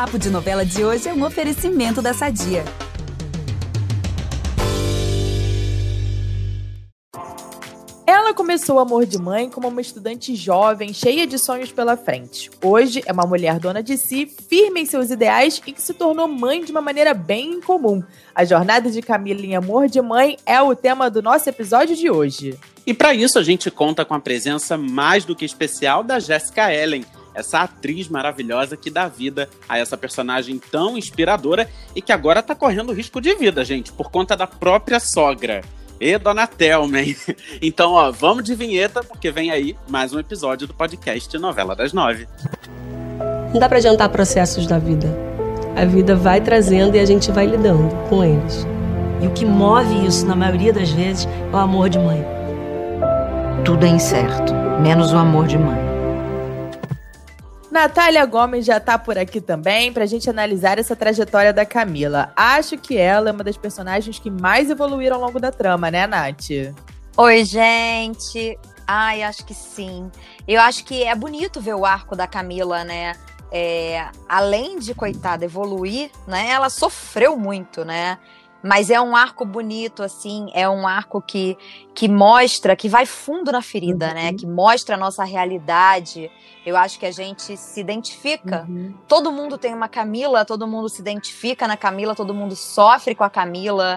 Papo de Novela de hoje é um oferecimento da Sadia. Ela começou o Amor de Mãe como uma estudante jovem, cheia de sonhos pela frente. Hoje é uma mulher dona de si, firme em seus ideais e que se tornou mãe de uma maneira bem incomum. A jornada de Camila em Amor de Mãe é o tema do nosso episódio de hoje. E para isso a gente conta com a presença mais do que especial da Jessica Ellen, essa atriz maravilhosa que dá vida a essa personagem tão inspiradora e que agora tá correndo risco de vida, gente, por conta da própria sogra. E dona Thelma, hein? Então, vamos de vinheta, porque vem aí mais um episódio do podcast Novela das 9. Não dá pra adiantar processos da vida. A vida vai trazendo e a gente vai lidando com eles. E o que move isso, na maioria das vezes, é o amor de mãe. Tudo é incerto, menos o amor de mãe. Natália Gomes já tá por aqui também pra gente analisar essa trajetória da Camila. Acho que ela é uma das personagens que mais evoluíram ao longo da trama, né, Nath? Oi, gente. Ai, acho que sim. Eu acho que é bonito ver o arco da Camila, né? Além de, coitada, evoluir, né? Ela sofreu muito, né? Mas é um arco bonito, assim, é um arco que mostra, que vai fundo na ferida, né? Que mostra a nossa realidade. Eu acho que a gente se identifica. Todo mundo tem uma Camila, todo mundo se identifica na Camila, todo mundo sofre com a Camila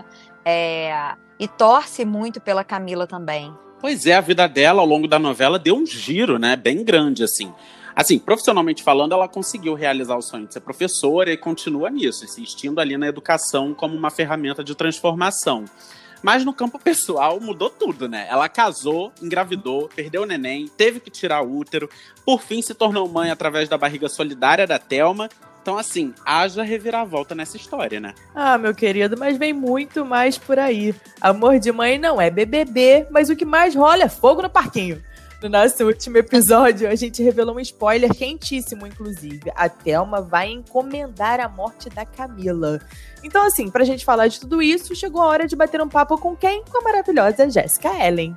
e torce muito pela Camila também. Pois é, a vida dela ao longo da novela deu um giro, né? Bem grande, assim. Assim, profissionalmente falando, ela conseguiu realizar o sonho de ser professora e continua nisso, insistindo ali na educação como uma ferramenta de transformação. Mas no campo pessoal mudou tudo, né? Ela casou, engravidou, perdeu o neném, teve que tirar o útero, por fim se tornou mãe através da barriga solidária da Thelma. Então, assim, haja reviravolta nessa história, né? Ah, meu querido, mas vem muito mais por aí. Amor de Mãe não é BBB, mas o que mais rola é fogo no parquinho. No nosso último episódio, a gente revelou um spoiler quentíssimo, inclusive. A Thelma vai encomendar a morte da Camila. Então, assim, pra gente falar de tudo isso, chegou a hora de bater um papo com quem? Com a maravilhosa Jessica Ellen.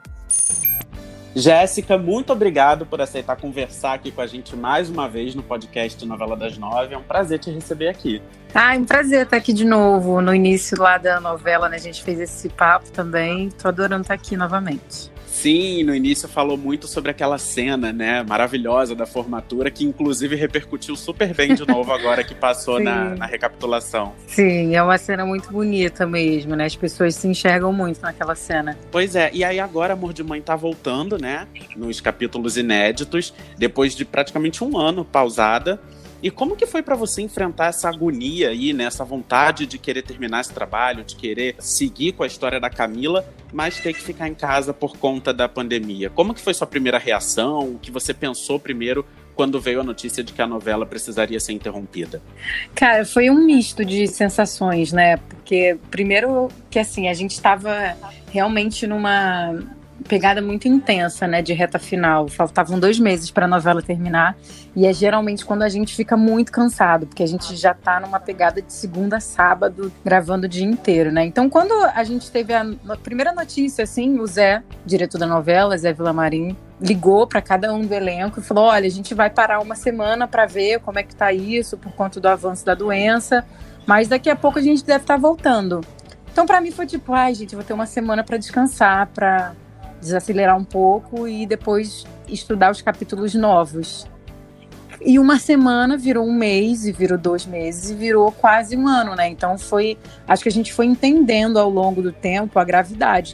Jéssica, muito obrigado por aceitar conversar aqui com a gente mais uma vez no podcast Novela das 9. É um prazer te receber aqui. Um prazer estar aqui de novo. No início lá da novela, né, a gente fez esse papo também. Tô adorando estar aqui novamente. Sim, no início falou muito sobre aquela cena, né, maravilhosa da formatura, que inclusive repercutiu super bem de novo agora que passou na recapitulação. Sim, é uma cena muito bonita mesmo, né, as pessoas se enxergam muito naquela cena. Pois é, e aí agora Amor de Mãe tá voltando, né, nos capítulos inéditos, depois de praticamente um ano pausada. E como que foi pra você enfrentar essa agonia aí, né? Essa vontade de querer terminar esse trabalho, de querer seguir com a história da Camila, mas ter que ficar em casa por conta da pandemia? Como que foi sua primeira reação? O que você pensou primeiro quando veio a notícia de que a novela precisaria ser interrompida? Cara, foi um misto de sensações, né? Porque primeiro que assim, a gente estava realmente numa pegada muito intensa, né, de reta final. Faltavam 2 meses para a novela terminar e é geralmente quando a gente fica muito cansado, porque a gente já tá numa pegada de segunda a sábado, gravando o dia inteiro, né? Então, quando a gente teve a primeira notícia, assim, o Zé, diretor da novela, Zé Villamarim, ligou para cada um do elenco e falou: olha, a gente vai parar uma semana para ver como é que tá isso, por conta do avanço da doença, mas daqui a pouco a gente deve estar voltando. Então, para mim foi tipo, gente, eu vou ter uma semana para descansar, para desacelerar um pouco e depois estudar os capítulos novos. E uma semana virou 1 mês, e virou 2 meses, e virou quase 1 ano, né? Então acho que a gente foi entendendo ao longo do tempo a gravidade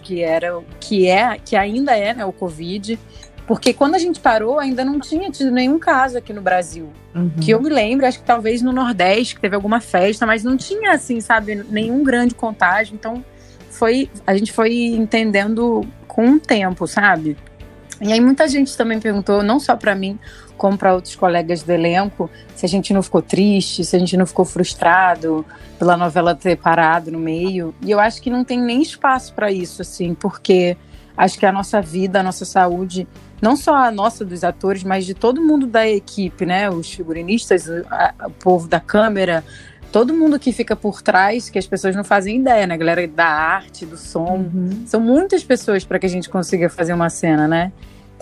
que ainda é, né, o Covid, porque quando a gente parou ainda não tinha tido nenhum caso aqui no Brasil. Que eu me lembro, acho que talvez no Nordeste, que teve alguma festa, mas não tinha, assim, sabe, nenhum grande contágio. Então a gente foi entendendo com o tempo, sabe? E aí muita gente também perguntou, não só para mim, como para outros colegas do elenco, se a gente não ficou triste, se a gente não ficou frustrado pela novela ter parado no meio. E eu acho que não tem nem espaço para isso, assim, porque acho que a nossa vida, a nossa saúde, não só a nossa dos atores, mas de todo mundo da equipe, né? Os figurinistas, o povo da câmera, todo mundo que fica por trás, que as pessoas não fazem ideia, né? A galera da arte, do som. São muitas pessoas para que a gente consiga fazer uma cena, né?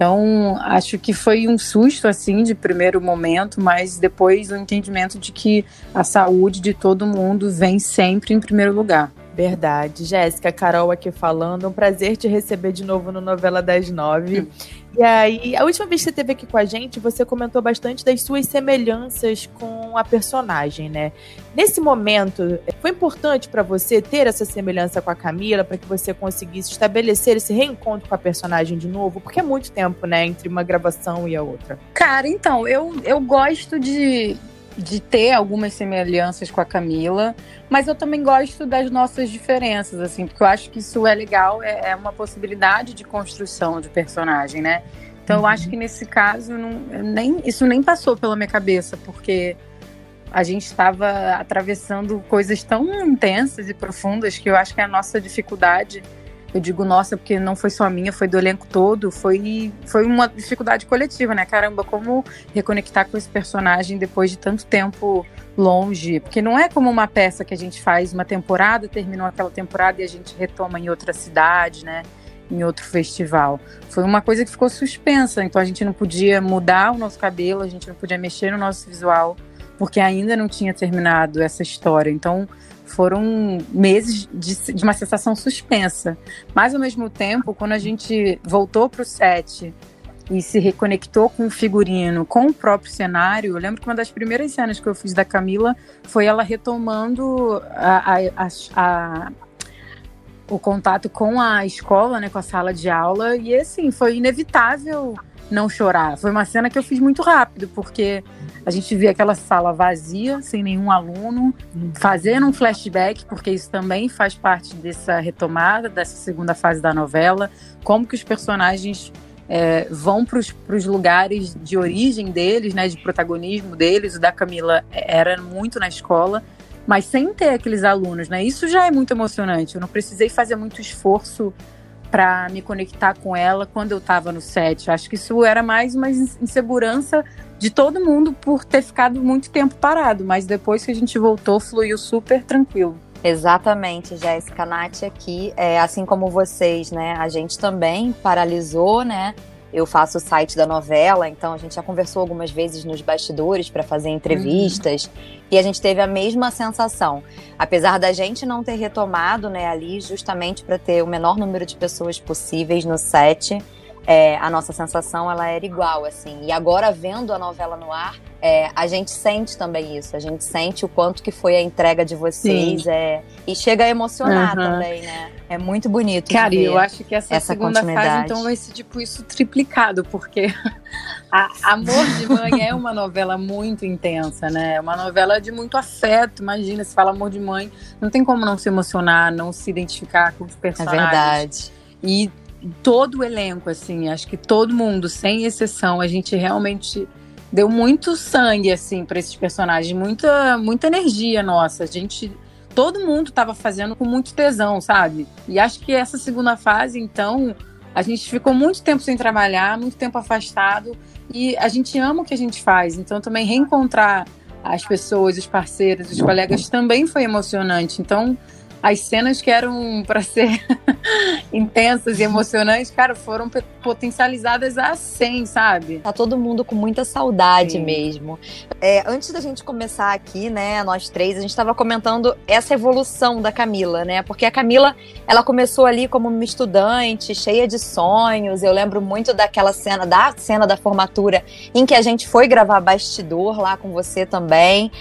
Então, acho que foi um susto, assim, de primeiro momento, mas depois o entendimento de que a saúde de todo mundo vem sempre em primeiro lugar. Verdade. Jéssica, Carol aqui falando. Um prazer te receber de novo no Novela das 9. E aí, a última vez que você esteve aqui com a gente, você comentou bastante das suas semelhanças com a personagem, né? Nesse momento, foi importante para você ter essa semelhança com a Camila, para que você conseguisse estabelecer esse reencontro com a personagem de novo? Porque é muito tempo, né, entre uma gravação e a outra. Cara, então, eu gosto de ter algumas semelhanças com a Camila, mas eu também gosto das nossas diferenças, assim, porque eu acho que isso é legal, é uma possibilidade de construção de personagem, né? Então eu acho que nesse caso isso nem passou pela minha cabeça, porque a gente estava atravessando coisas tão intensas e profundas que eu acho que a nossa dificuldade, eu digo nossa porque não foi só minha, foi do elenco todo, foi uma dificuldade coletiva, né? Caramba, como reconectar com esse personagem depois de tanto tempo longe? Porque não é como uma peça que a gente faz uma temporada, terminou aquela temporada e a gente retoma em outra cidade, né? Em outro festival. Foi uma coisa que ficou suspensa, então a gente não podia mudar o nosso cabelo, a gente não podia mexer no nosso visual, porque ainda não tinha terminado essa história. Então foram meses de uma sensação suspensa. Mas, ao mesmo tempo, quando a gente voltou para o set e se reconectou com o figurino, com o próprio cenário, eu lembro que uma das primeiras cenas que eu fiz da Camila foi ela retomando o contato com a escola, né, com a sala de aula, e assim, foi inevitável não chorar. Foi uma cena que eu fiz muito rápido, porque a gente via aquela sala vazia, sem nenhum aluno, fazendo um flashback, porque isso também faz parte dessa retomada, dessa segunda fase da novela, como que os personagens vão para os lugares de origem deles, né, de protagonismo deles. O da Camila era muito na escola, mas sem ter aqueles alunos, né? Isso já é muito emocionante. Eu não precisei fazer muito esforço para me conectar com ela quando eu estava no set. Acho que isso era mais uma insegurança de todo mundo por ter ficado muito tempo parado, mas depois que a gente voltou, fluiu super tranquilo. Exatamente, Jéssica, Nath aqui, assim como vocês, né, a gente também paralisou, né, eu faço o site da novela, então a gente já conversou algumas vezes nos bastidores para fazer entrevistas, e a gente teve a mesma sensação. Apesar da gente não ter retomado, né, ali justamente para ter o menor número de pessoas possíveis no set, a nossa sensação ela era igual, assim. E agora, vendo a novela no ar, a gente sente também isso. A gente sente o quanto que foi a entrega de vocês. E chega a emocionar também, né? É muito bonito. Cara, eu acho que essa segunda fase, então, vai ser tipo isso triplicado, porque Amor de Mãe é uma novela muito intensa, né? É uma novela de muito afeto. Imagina, se fala Amor de Mãe, não tem como não se emocionar, não se identificar com os personagens. É verdade. E todo o elenco, assim, acho que todo mundo, sem exceção, a gente realmente deu muito sangue, assim, para esses personagens, muita energia nossa. Todo mundo estava fazendo com muito tesão, sabe? E acho que essa segunda fase, então, a gente ficou muito tempo sem trabalhar, muito tempo afastado, e a gente ama o que a gente faz. Então, também reencontrar as pessoas, os parceiros, os colegas também foi emocionante. Então, as cenas que eram para ser intensas e emocionantes, cara, foram potencializadas a 100, sabe? Tá todo mundo com muita saudade mesmo. Antes da gente começar aqui, né, nós três, a gente estava comentando essa evolução da Camila, né? Porque a Camila, ela começou ali como uma estudante, cheia de sonhos. Eu lembro muito daquela cena da formatura, em que a gente foi gravar bastidor lá com você também.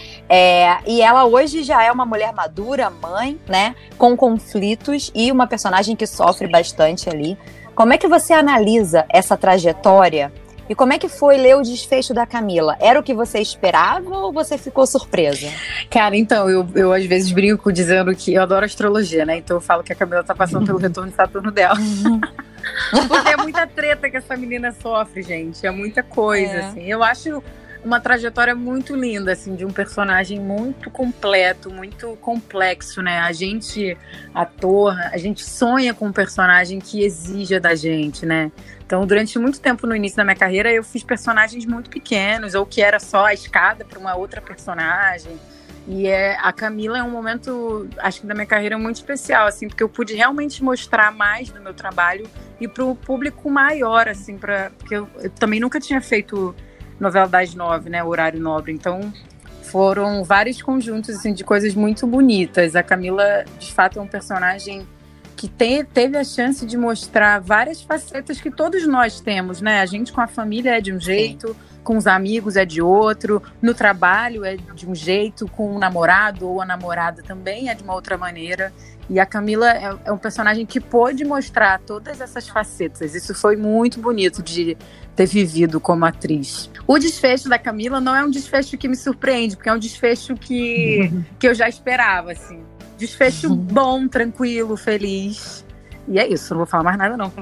E ela hoje já é uma mulher madura, mãe, né? Com conflitos e uma personagem que sofre bastante ali. Como é que você analisa essa trajetória e como é que foi ler o desfecho da Camila? Era o que você esperava ou você ficou surpresa? Cara, então, eu às vezes brinco dizendo que eu adoro astrologia, né? Então eu falo que a Camila tá passando pelo retorno de Saturno dela. Porque é muita treta que essa menina sofre, gente. É muita coisa, assim. Eu acho uma trajetória muito linda, assim, de um personagem muito completo, muito complexo, né? A gente, ator, a gente sonha com um personagem que exija da gente, né? Então, durante muito tempo no início da minha carreira, eu fiz personagens muito pequenos, ou que era só a escada para uma outra personagem. E a Camila é um momento, acho que da minha carreira muito especial, assim, porque eu pude realmente mostrar mais do meu trabalho e para o público maior, assim, porque eu também nunca tinha feito novela das 9, né, horário nobre, então foram vários conjuntos, assim, de coisas muito bonitas. A Camila, de fato, é um personagem que teve a chance de mostrar várias facetas que todos nós temos, né? A gente com a família é de um jeito, com os amigos é de outro, no trabalho é de um jeito, com o namorado ou a namorada também é de uma outra maneira. E a Camila é um personagem que pôde mostrar todas essas facetas. Isso foi muito bonito de ter vivido como atriz. O desfecho da Camila não é um desfecho que me surpreende, porque é um desfecho que eu já esperava, assim. Desfecho bom, tranquilo, feliz. E é isso, não vou falar mais nada não.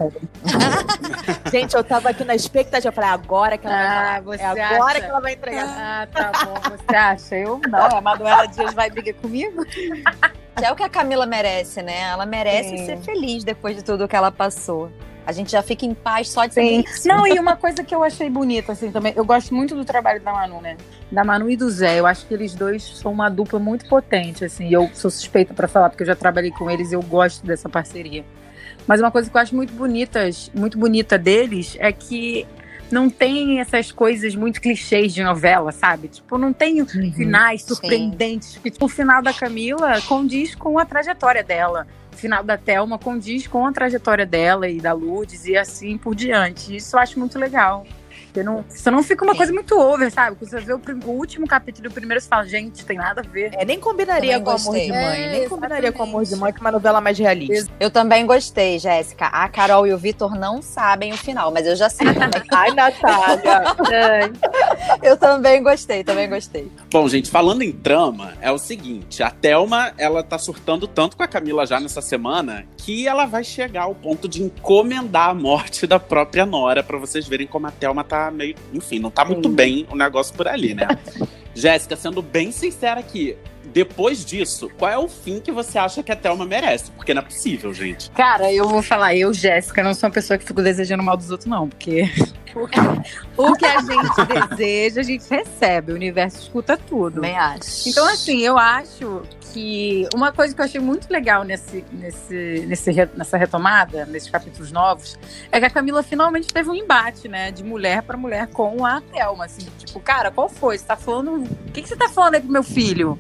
Gente, eu tava aqui na expectativa, eu falei, agora que ela vai você agora acha? que ela vai entregar. Ah, tá bom, você acha? Eu não, a Manuela Dias vai brigar comigo? É o que a Camila merece, né? Ela merece Sim. ser feliz depois de tudo que ela passou. A gente já fica em paz só de ser Sim. feliz. Não, e uma coisa que eu achei bonita, assim, também, eu gosto muito do trabalho da Manu, né? Da Manu e do Zé, eu acho que eles dois são uma dupla muito potente, assim, e eu sou suspeita pra falar, porque eu já trabalhei com eles e eu gosto dessa parceria. Mas uma coisa que eu acho muito bonita deles é que não tem essas coisas muito clichês de novela, sabe? Tipo, não tem finais surpreendentes. Porque, tipo, o final da Camila condiz com a trajetória dela. O final da Thelma condiz com a trajetória dela e da Lourdes e assim por diante. Isso eu acho muito legal. Você não fica uma coisa muito over, sabe? Quando você vê o último capítulo do primeiro, você fala, gente, tem nada a ver. Nem combinaria Também com Amor gostei. de Mãe. Nem combinaria com Amor de Mãe, que é uma novela mais realista. Eu também gostei, Jéssica. A Carol e o Vitor não sabem o final, mas eu já sei também. Ai, Natália. Eu também gostei. Bom, gente, falando em trama, é o seguinte, a Thelma, ela tá surtando tanto com a Camila já nessa semana, que ela vai chegar ao ponto de encomendar a morte da própria Nora, pra vocês verem como a Thelma tá meio, enfim, não tá muito bem o negócio por ali, né? Jéssica, sendo bem sincera aqui, depois disso, qual é o fim que você acha que a Thelma merece? Porque não é possível, gente. Cara, eu vou falar, eu, Jéssica, não sou uma pessoa que fico desejando mal dos outros, não, porque o que a gente deseja, a gente recebe, o universo escuta tudo. Também acho. Então, assim, eu acho que uma coisa que eu achei muito legal nessa retomada, nesses capítulos novos, é que a Camila finalmente teve um embate, né, de mulher pra mulher com a Thelma, assim, tipo, cara, qual foi? Você tá falando, o que você tá falando aí pro meu filho?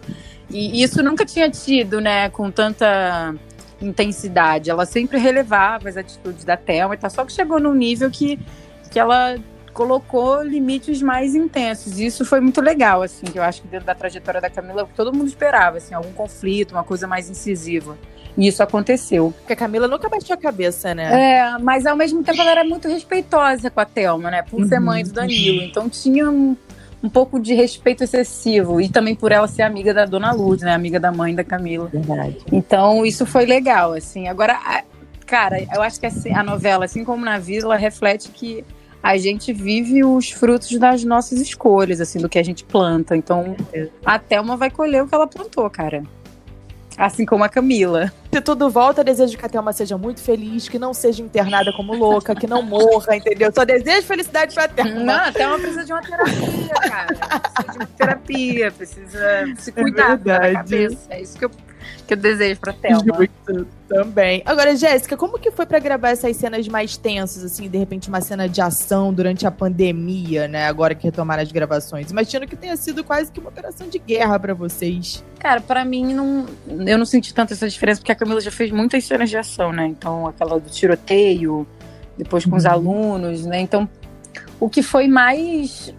E isso nunca tinha tido, né, com tanta intensidade. Ela sempre relevava as atitudes da Thelma e tal, só que chegou num nível que ela colocou limites mais intensos. E isso foi muito legal, assim, que eu acho que dentro da trajetória da Camila, todo mundo esperava, assim, algum conflito, uma coisa mais incisiva. E isso aconteceu. Porque a Camila nunca baixou a cabeça, né? Mas ao mesmo tempo ela era muito respeitosa com a Thelma, né, por ser mãe do Danilo. Então tinha um pouco de respeito excessivo. E também por ela ser amiga da Dona Lourdes, né, amiga da mãe da Camila. Verdade. Então isso foi legal, assim. Agora, cara, eu acho que assim, a novela, assim como na vida, ela reflete que a gente vive os frutos das nossas escolhas, assim, do que a gente planta. Então, a Thelma vai colher o que ela plantou, cara. Assim como a Camila. Se tudo volta, desejo que a Thelma seja muito feliz, que não seja internada como louca, que não morra, entendeu? Só desejo felicidade pra Thelma. Não, a Thelma precisa de uma terapia, cara. Precisa de uma terapia, precisa se cuidar da cabeça. É isso que eu desejo pra Thelma. Justo, também. Agora, Jéssica, como que foi pra gravar essas cenas mais tensas, assim, de repente uma cena de ação durante a pandemia, né? Agora que retomaram as gravações. Imagino que tenha sido quase que uma operação de guerra pra vocês. Cara, pra mim, eu não senti tanto essa diferença, porque a Camila já fez muitas cenas de ação, né? Então, aquela do tiroteio, depois com os alunos, né? Então, o que foi mais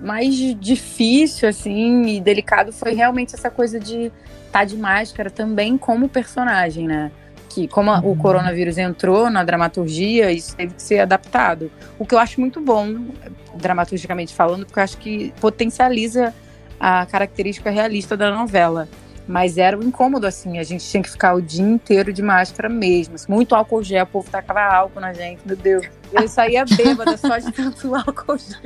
difícil, assim, e delicado foi realmente essa coisa de estar de máscara também como personagem, né? Que como o coronavírus entrou na dramaturgia, isso teve que ser adaptado. O que eu acho muito bom, dramaturgicamente falando, porque eu acho que potencializa a característica realista da novela. Mas era um incômodo, assim, a gente tinha que ficar o dia inteiro de máscara mesmo. Muito álcool gel, o povo tacava álcool na gente, meu Deus. Eu saía bêbada só de tanto álcool gel.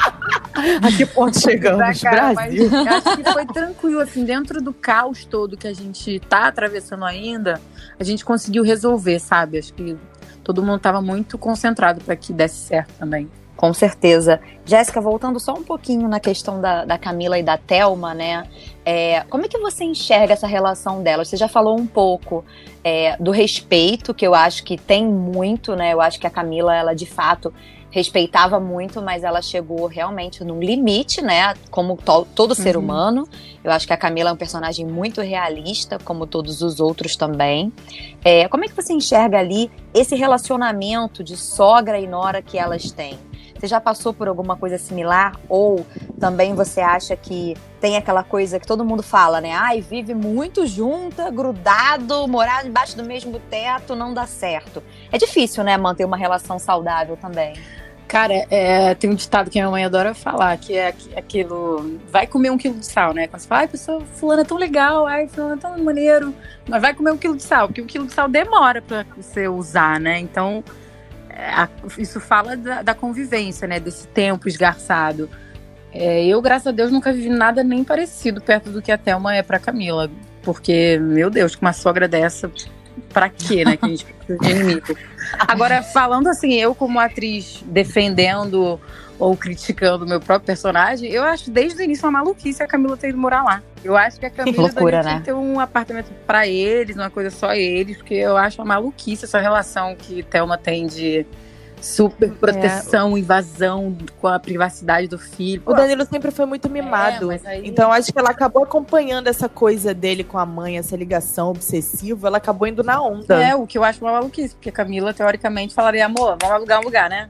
A que ponto chegamos, Brasil? Mas acho que foi tranquilo, assim, dentro do caos todo que a gente tá atravessando ainda, a gente conseguiu resolver, sabe? Acho que todo mundo tava muito concentrado para que desse certo também. Com certeza. Jéssica, voltando só um pouquinho na questão da Camila e da Thelma, né? Como é que você enxerga essa relação delas? Você já falou um pouco do respeito, que eu acho que tem muito, né? Eu acho que a Camila, ela de fato respeitava muito, mas ela chegou realmente num limite, né? Como todo ser humano. Eu acho que a Camila é um personagem muito realista, como todos os outros também. Como é que você enxerga ali esse relacionamento de sogra e nora que elas têm? Você já passou por alguma coisa similar? Ou também você acha que tem aquela coisa que todo mundo fala, né? Ai, vive muito junta, grudado, morar embaixo do mesmo teto, não dá certo. É difícil, né, manter uma relação saudável também. Cara, tem um ditado que a minha mãe adora falar, que é aquilo, vai comer 1 quilo de sal, né? Quando você fala, ai, pessoa, fulano é tão legal, ai, fulano é tão maneiro, mas vai comer 1 quilo de sal, porque 1 quilo de sal demora pra você usar, né? Então, isso fala da convivência, né? Desse tempo esgarçado. Eu, graças a Deus, nunca vivi nada nem parecido perto do que a Thelma é pra Camila, porque, meu Deus, com uma sogra dessa, pra quê, né? Que a gente precisa de inimigo. Agora, falando assim, eu como atriz defendendo ou criticando o meu próprio personagem, eu acho desde o início uma maluquice a Camila ter ido morar lá. Eu acho que a Camila tinha que ter um apartamento pra eles, uma coisa só eles, porque eu acho uma maluquice essa relação que Thelma tem de super proteção, invasão com a privacidade do filho. O Danilo sempre foi muito mimado. Então acho que ela acabou acompanhando essa coisa dele com a mãe, essa ligação obsessiva, ela acabou indo na onda. O que eu acho uma maluquice, porque a Camila, teoricamente, falaria, amor, vamos alugar um lugar, né?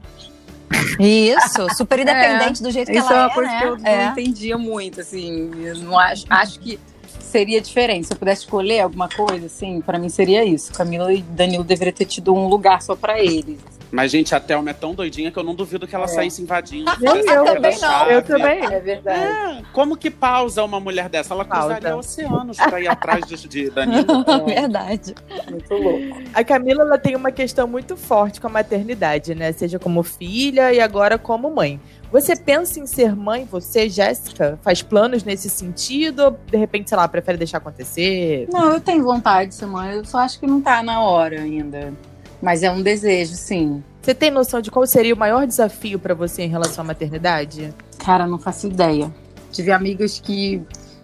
Isso, super independente do jeito que ela é, isso é uma coisa né? que eu não entendia muito, assim, eu não acho que seria diferente. Se eu pudesse escolher alguma coisa, assim, pra mim seria isso. Camila e Danilo deveriam ter tido um lugar só pra eles. Mas, gente, a Thelma é tão doidinha que eu não duvido que ela saísse invadindo. Eu também não. Eu também. É verdade. Como que pausa uma mulher dessa? Ela cruzaria oceanos pra ir atrás de Danilo. Verdade. Muito louco. A Camila, ela tem uma questão muito forte com a maternidade, né? Seja como filha e agora como mãe. Você pensa em ser mãe, você, Jéssica? Faz planos nesse sentido? Ou, de repente, sei lá, prefere deixar acontecer? Não, eu tenho vontade de ser mãe. Eu só acho que não tá na hora ainda. Mas é um desejo, sim. Você tem noção de qual seria o maior desafio pra você em relação à maternidade? Cara, não faço ideia. Tive amigas que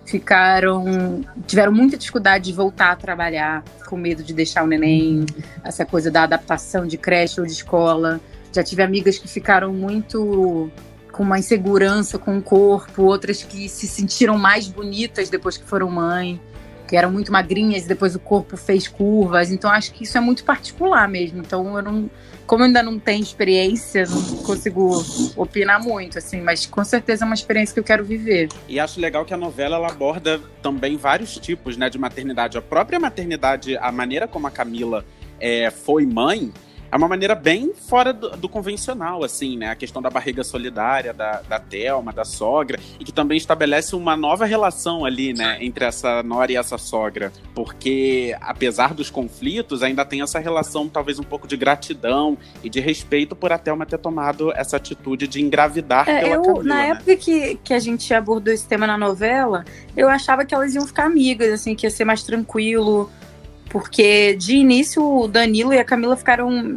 tiveram muita dificuldade de voltar a trabalhar, com medo de deixar o neném, essa coisa da adaptação de creche ou de escola. Já tive amigas que ficaram muito com uma insegurança com o corpo, outras que se sentiram mais bonitas depois que foram mãe, que eram muito magrinhas e depois o corpo fez curvas. Então acho que isso é muito particular mesmo. Então como eu ainda não tenho experiência, não consigo opinar muito, assim, mas com certeza é uma experiência que eu quero viver. E acho legal que a novela ela aborda também vários tipos, né, de maternidade. A própria maternidade, a maneira como a Camila foi mãe, é uma maneira bem fora do convencional, assim, né? A questão da barriga solidária, da Thelma, da sogra, e que também estabelece uma nova relação ali, né? Entre essa nora e essa sogra. Porque, apesar dos conflitos, ainda tem essa relação, talvez, um pouco de gratidão e de respeito por a Thelma ter tomado essa atitude de engravidar pela Camila, na época que a gente abordou esse tema na novela, eu achava que elas iam ficar amigas, assim, que ia ser mais tranquilo. Porque, de início, o Danilo e a Camila ficaram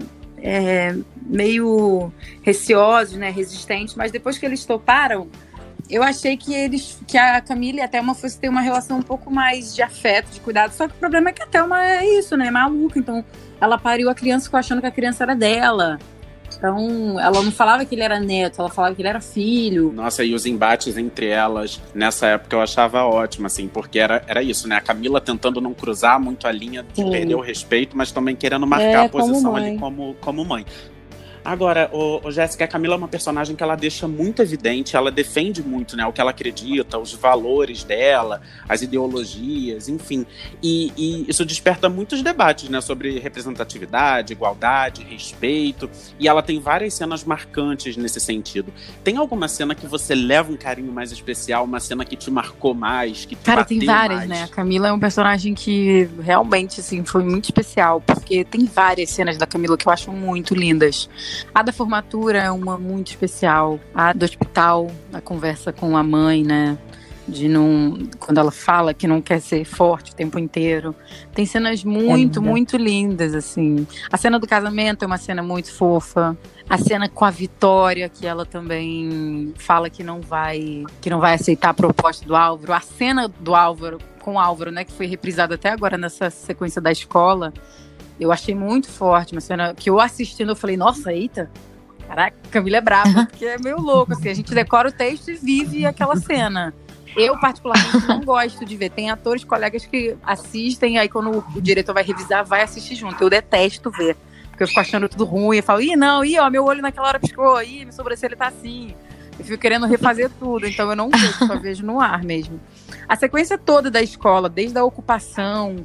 meio receosos, né, resistentes. Mas depois que eles toparam, eu achei que a Camila e a Thelma fossem ter uma relação um pouco mais de afeto, de cuidado. Só que o problema é que a Thelma é isso, né, é maluca. Então, ela pariu a criança, ficou achando que a criança era dela. Então, ela não falava que ele era neto, ela falava que ele era filho. Nossa, e os embates entre elas, nessa época, eu achava ótimo, assim, porque era isso, né? A Camila tentando não cruzar muito a linha de perder o respeito, mas também querendo marcar a posição ali como mãe. Agora, Jéssica, a Camila é uma personagem que ela deixa muito evidente, ela defende muito, né, o que ela acredita, os valores dela, as ideologias, enfim. E isso desperta muitos debates, né, sobre representatividade, igualdade, respeito. E ela tem várias cenas marcantes nesse sentido. Tem alguma cena que você leva um carinho mais especial, uma cena que te marcou mais, que te Cara, bateu tem várias, mais? né? A Camila é um personagem que realmente, assim, foi muito especial, porque tem várias cenas da Camila que eu acho muito lindas. A da formatura é uma muito especial. A do hospital, a conversa com a mãe, né? de não, quando ela fala que não quer ser forte o tempo inteiro. Tem cenas muito, muito lindas, assim. A cena do casamento é uma cena muito fofa. A cena com a Vitória, que ela também fala que não vai aceitar a proposta do Álvaro. A cena do Álvaro, com o Álvaro, né, que foi reprisada até agora nessa sequência da escola, eu achei muito forte. Uma cena que eu assistindo, eu falei, nossa, eita, caraca, Camila é brava, porque é meio louco, assim, a gente decora o texto e vive aquela cena. Eu, particularmente, não gosto de ver. Tem atores, colegas que assistem, aí quando o diretor vai revisar, vai assistir junto. Eu detesto ver, porque eu fico achando tudo ruim. Eu falo, meu olho naquela hora piscou, minha sobrancelha tá assim. Eu fico querendo refazer tudo, então eu não vejo, só vejo no ar mesmo. A sequência toda da escola, desde a ocupação,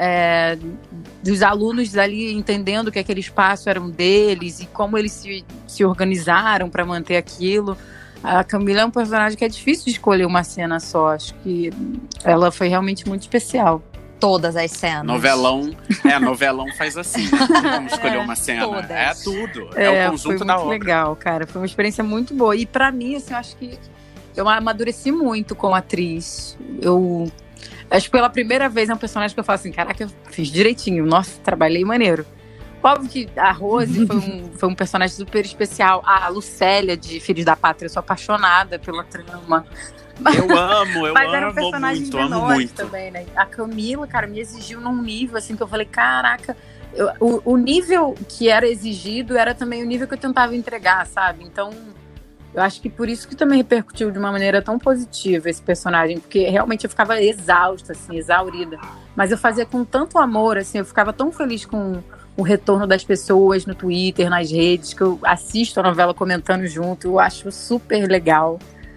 dos alunos ali entendendo que aquele espaço era um deles e como eles se organizaram para manter aquilo. A Camila é um personagem que é difícil de escolher uma cena só. Acho que ela foi realmente muito especial. Todas as cenas. Novelão faz assim, né? Vamos escolher uma cena. Todas. É tudo. É o conjunto da obra. Foi muito legal, cara. Foi uma experiência muito boa. E pra mim, assim, eu acho que eu amadureci muito como atriz. Eu acho que pela primeira vez é um personagem que eu falo assim, caraca, eu fiz direitinho. Nossa, trabalhei maneiro. Óbvio que a Rose foi um personagem super especial. A Lucélia, de Filhos da Pátria, eu sou apaixonada pela trama. Eu amo Mas eram personagens amo menores muito. também, né? A Camila, cara, me exigiu num nível, assim, que eu falei, caraca, o nível que era exigido era também o nível que eu tentava entregar, sabe? Então, eu acho que por isso que também repercutiu de uma maneira tão positiva esse personagem, porque realmente eu ficava exausta, assim, exaurida. Mas eu fazia com tanto amor, assim, eu ficava tão feliz com o retorno das pessoas no Twitter, nas redes, que eu assisto a novela comentando junto, eu acho super legal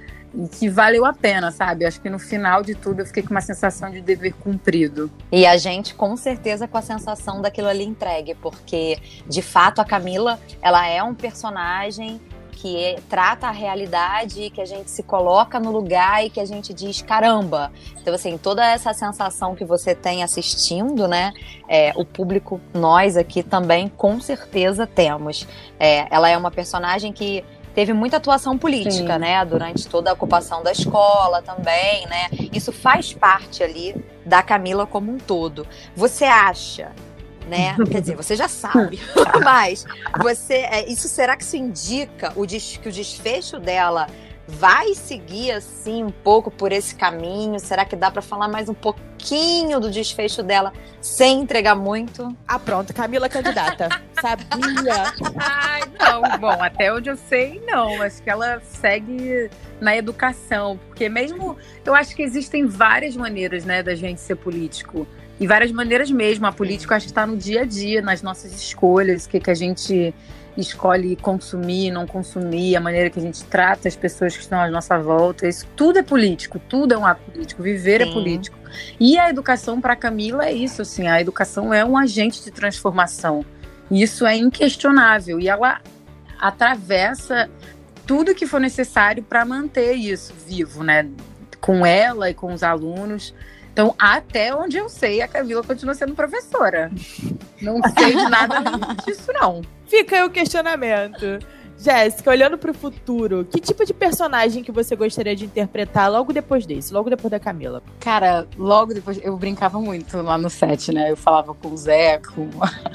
e que valeu a pena, sabe? Acho que no final de tudo eu fiquei com uma sensação de dever cumprido. E a gente, com certeza, com a sensação daquilo ali entregue, porque, de fato, a Camila, ela é um personagem que trata a realidade, que a gente se coloca no lugar e que a gente diz, caramba. Então, assim, toda essa sensação que você tem assistindo, né, o público, nós aqui também, com certeza temos. Ela é uma personagem que teve muita atuação política, né, durante toda a ocupação da escola também, né, isso faz parte ali da Camila como um todo. Você acha, né, quer dizer, você já sabe, mas isso será que isso indica que o desfecho dela vai seguir assim um pouco por esse caminho? Será que dá pra falar mais um pouquinho do desfecho dela sem entregar muito? Ah, pronto, Camila candidata. Sabia? Ai, não, bom, até onde eu sei, não. Acho que ela segue na educação, porque mesmo, eu acho que existem várias maneiras, né, da gente ser político. E várias maneiras mesmo. A política, acho que está no dia a dia, nas nossas escolhas, o que a gente escolhe consumir, não consumir, a maneira que a gente trata as pessoas que estão à nossa volta. Isso tudo é político, tudo é um ato político, viver é político. E a educação, para Camila, é isso, assim, a educação é um agente de transformação. E isso é inquestionável. E ela atravessa tudo que for necessário para manter isso vivo, né? Com ela e com os alunos. Então, até onde eu sei, a Camila continua sendo professora. Não sei de nada disso, não. Fica aí o questionamento. Jéssica, olhando pro futuro, que tipo de personagem que você gostaria de interpretar logo depois desse, logo depois da Camila? Cara, logo depois, eu brincava muito lá no set, né? Eu falava com o Zé, com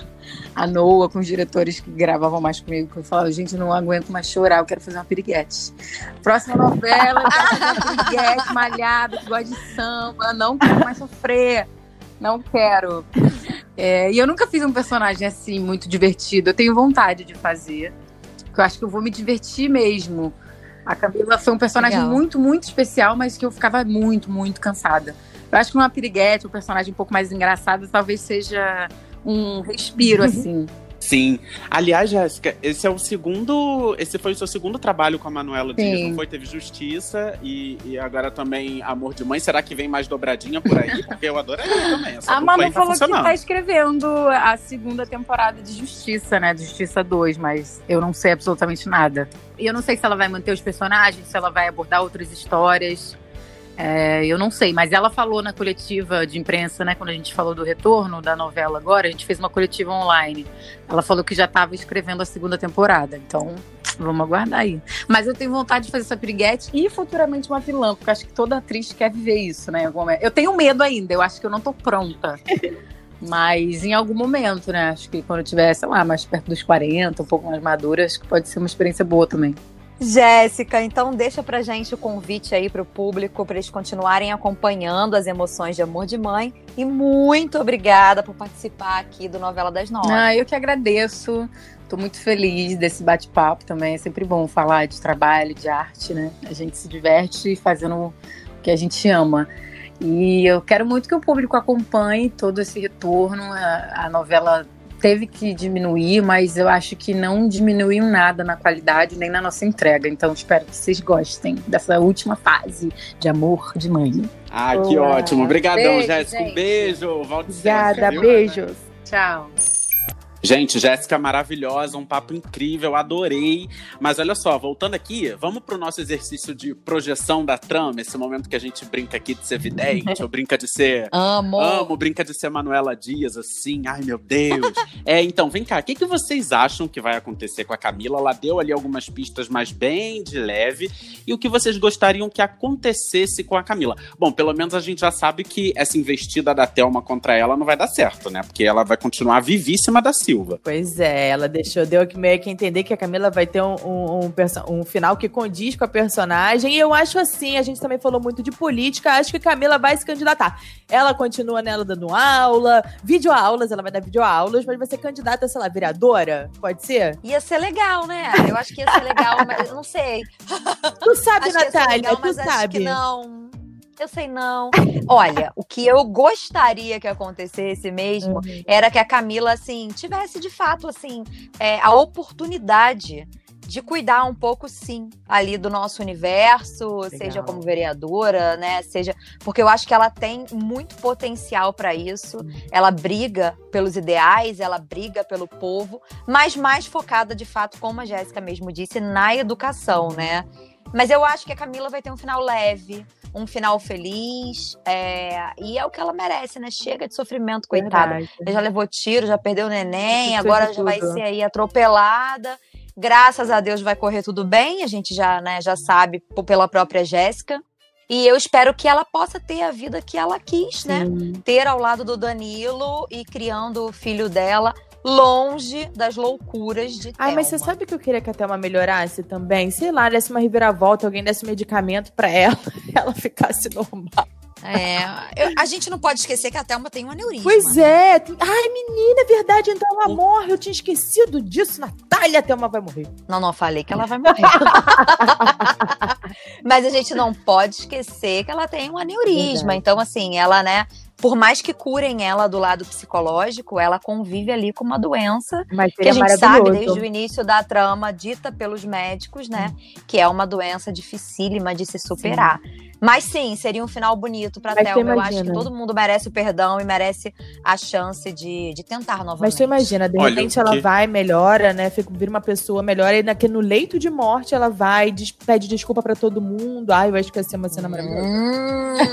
a Noa, com os diretores que gravavam mais comigo, que eu falava, gente, eu não aguento mais chorar, eu quero fazer uma piriguete. Próxima novela, eu quero fazer uma piriguete malhada, que gosta de samba, não quero mais sofrer, não quero. E eu nunca fiz um personagem assim, muito divertido, eu tenho vontade de fazer, porque eu acho que eu vou me divertir mesmo. A Camila foi um personagem muito, muito especial, mas que eu ficava muito, muito cansada. Eu acho que uma piriguete, um personagem um pouco mais engraçado, talvez seja um respiro, assim. Sim. Aliás, Jéssica, esse foi o seu segundo trabalho com a Manuela Dias, não foi? Teve Justiça e agora também Amor de Mãe. Será que vem mais dobradinha por aí? Porque eu adoraria também. A Manu falou que tá escrevendo a segunda temporada de Justiça, né? De Justiça 2, mas eu não sei absolutamente nada. E eu não sei se ela vai manter os personagens, se ela vai abordar outras histórias. Eu não sei, mas ela falou na coletiva de imprensa, né, quando a gente falou do retorno da novela agora, a gente fez uma coletiva online. Ela falou que já estava escrevendo a segunda temporada, então vamos aguardar aí. Mas eu tenho vontade de fazer essa piriguete e futuramente uma vilã, porque acho que toda atriz quer viver isso, né? Eu tenho medo ainda, eu acho que eu não tô pronta. Mas em algum momento, né? Acho que quando eu tiver, sei lá, mais perto dos 40, um pouco mais madura, acho que pode ser uma experiência boa também. Jéssica, então deixa pra gente o convite aí pro público para eles continuarem acompanhando as emoções de Amor de Mãe. E muito obrigada por participar aqui do Novela das 9. Eu que agradeço. Tô muito feliz desse bate-papo também. É sempre bom falar de trabalho, de arte, né? A gente se diverte fazendo o que a gente ama. E eu quero muito que o público acompanhe todo esse retorno. A novela teve que diminuir, mas eu acho que não diminuiu nada na qualidade nem na nossa entrega. Então espero que vocês gostem dessa última fase de Amor de Mãe. Que ótimo. Obrigadão, Jéssica. Gente. Um beijo. Obrigada, beijos. Tchau. Gente, Jéssica maravilhosa, um papo incrível, adorei. Mas olha só, voltando aqui, vamos pro nosso exercício de projeção da trama, esse momento que a gente brinca aqui de ser vidente, ou brinca de ser... brinca de ser Manuela Dias, assim, ai meu Deus. Então, vem cá, o que vocês acham que vai acontecer com a Camila? Ela deu ali algumas pistas, mas bem de leve. E o que vocês gostariam que acontecesse com a Camila? Bom, pelo menos a gente já sabe que essa investida da Thelma contra ela não vai dar certo, né? Porque ela vai continuar vivíssima da Silva. Pois é, ela deu meio que entender que a Camila vai ter um final que condiz com a personagem. E eu acho assim, a gente também falou muito de política, acho que a Camila vai se candidatar. Ela continua nela dando aula, videoaulas, ela vai dar videoaulas, mas vai ser candidata, sei lá, vereadora? Pode ser? Ia ser legal, né? Eu acho que ia ser legal, mas eu não sei. Tu sabe, acho Natália, legal, tu mas sabe. Acho que não. Eu sei não. Olha, o que eu gostaria que acontecesse mesmo era que a Camila, assim, tivesse de fato, assim, a oportunidade de cuidar um pouco, sim, ali do nosso universo, legal. Seja como vereadora, né, porque eu acho que ela tem muito potencial para isso, ela briga pelos ideais, ela briga pelo povo, mas mais focada, de fato, como a Jéssica mesmo disse, na educação, né, mas eu acho que a Camila vai ter um final leve, um final feliz, e é o que ela merece, né? Chega de sofrimento, coitada. Ela já levou tiro, já perdeu o neném, agora já vai ser aí atropelada. Graças a Deus vai correr tudo bem, a gente já sabe pela própria Jéssica. E eu espero que ela possa ter a vida que ela quis, né? Ter ao lado do Danilo e criando o filho dela longe das loucuras de Thelma. Mas você sabe que eu queria que a Thelma melhorasse também? Sei lá, desse uma reviravolta, alguém desse medicamento pra ela ficasse normal. A gente não pode esquecer que a Thelma tem um aneurisma. Pois é. Ai, menina, é verdade, então ela morre. Eu tinha esquecido disso, Natália. A Thelma vai morrer. Não falei que ela vai morrer. Mas a gente não pode esquecer que ela tem um aneurisma. Verdade. Então, assim, ela, né... Por mais que curem ela do lado psicológico, ela convive ali com uma doença que a gente sabe desde o início da trama, dita pelos médicos, né? Que é uma doença dificílima de se superar. Sim. Mas sim, seria um final bonito pra Thelma. Eu acho que todo mundo merece o perdão e merece a chance de tentar novamente. Mas tu imagina, de repente ela vai, melhora, né? Vira uma pessoa melhor, e no leito de morte ela vai, pede desculpa pra todo mundo. Ai, eu acho que vai ser uma cena maravilhosa.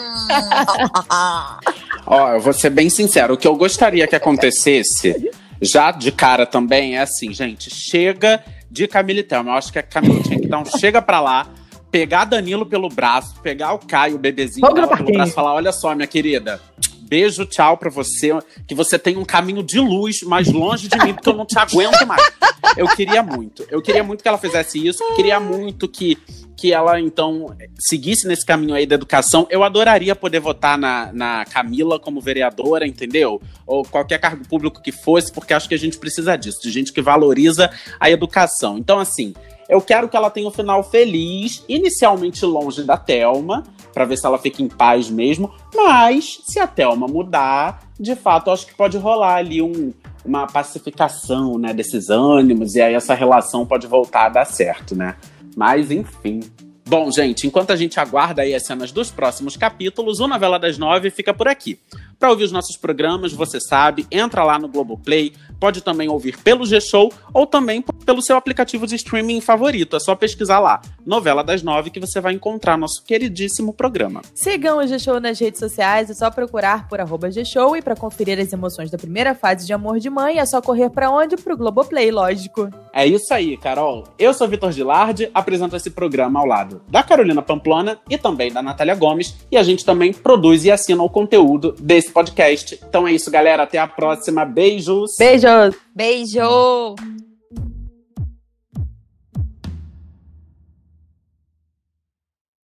Eu vou ser bem sincero, o que eu gostaria que acontecesse, já de cara também, é assim, gente, chega de Camila e Thelma. Eu acho que a Camila tinha que dar um chega pra lá, pegar Danilo pelo braço, pegar o Caio, o bebezinho dela pelo braço e falar, olha só, minha querida, beijo, tchau pra você, que você tem um caminho de luz mais longe de mim, porque eu não te aguento mais. Eu queria muito que ela fizesse isso, queria muito que ela, então, seguisse nesse caminho aí da educação. Eu adoraria poder votar na Camila como vereadora, entendeu? Ou qualquer cargo público que fosse, porque acho que a gente precisa disso, de gente que valoriza a educação. Então, assim, eu quero que ela tenha um final feliz, inicialmente longe da Thelma, pra ver se ela fica em paz mesmo. Mas, se a Thelma mudar, de fato, eu acho que pode rolar ali uma pacificação, né, desses ânimos, e aí essa relação pode voltar a dar certo, né? Mas, enfim. Bom, gente, enquanto a gente aguarda aí as cenas dos próximos capítulos, o Novela das 9 fica por aqui. Para ouvir os nossos programas, você sabe, entra lá no Globoplay, pode também ouvir pelo G-Show ou também pelo seu aplicativo de streaming favorito. É só pesquisar lá, Novela das 9, que você vai encontrar nosso queridíssimo programa. Sigam o G-Show nas redes sociais, é só procurar por @G-Show, e para conferir as emoções da primeira fase de Amor de Mãe, é só correr para onde? Pro Globoplay, lógico. É isso aí, Carol. Eu sou Vitor Gilardi, apresento esse programa ao lado da Carolina Pamplona e também da Natália Gomes, e a gente também produz e assina o conteúdo desse podcast. Então é isso, galera. Até a próxima. Beijos! Beijos! Beijo!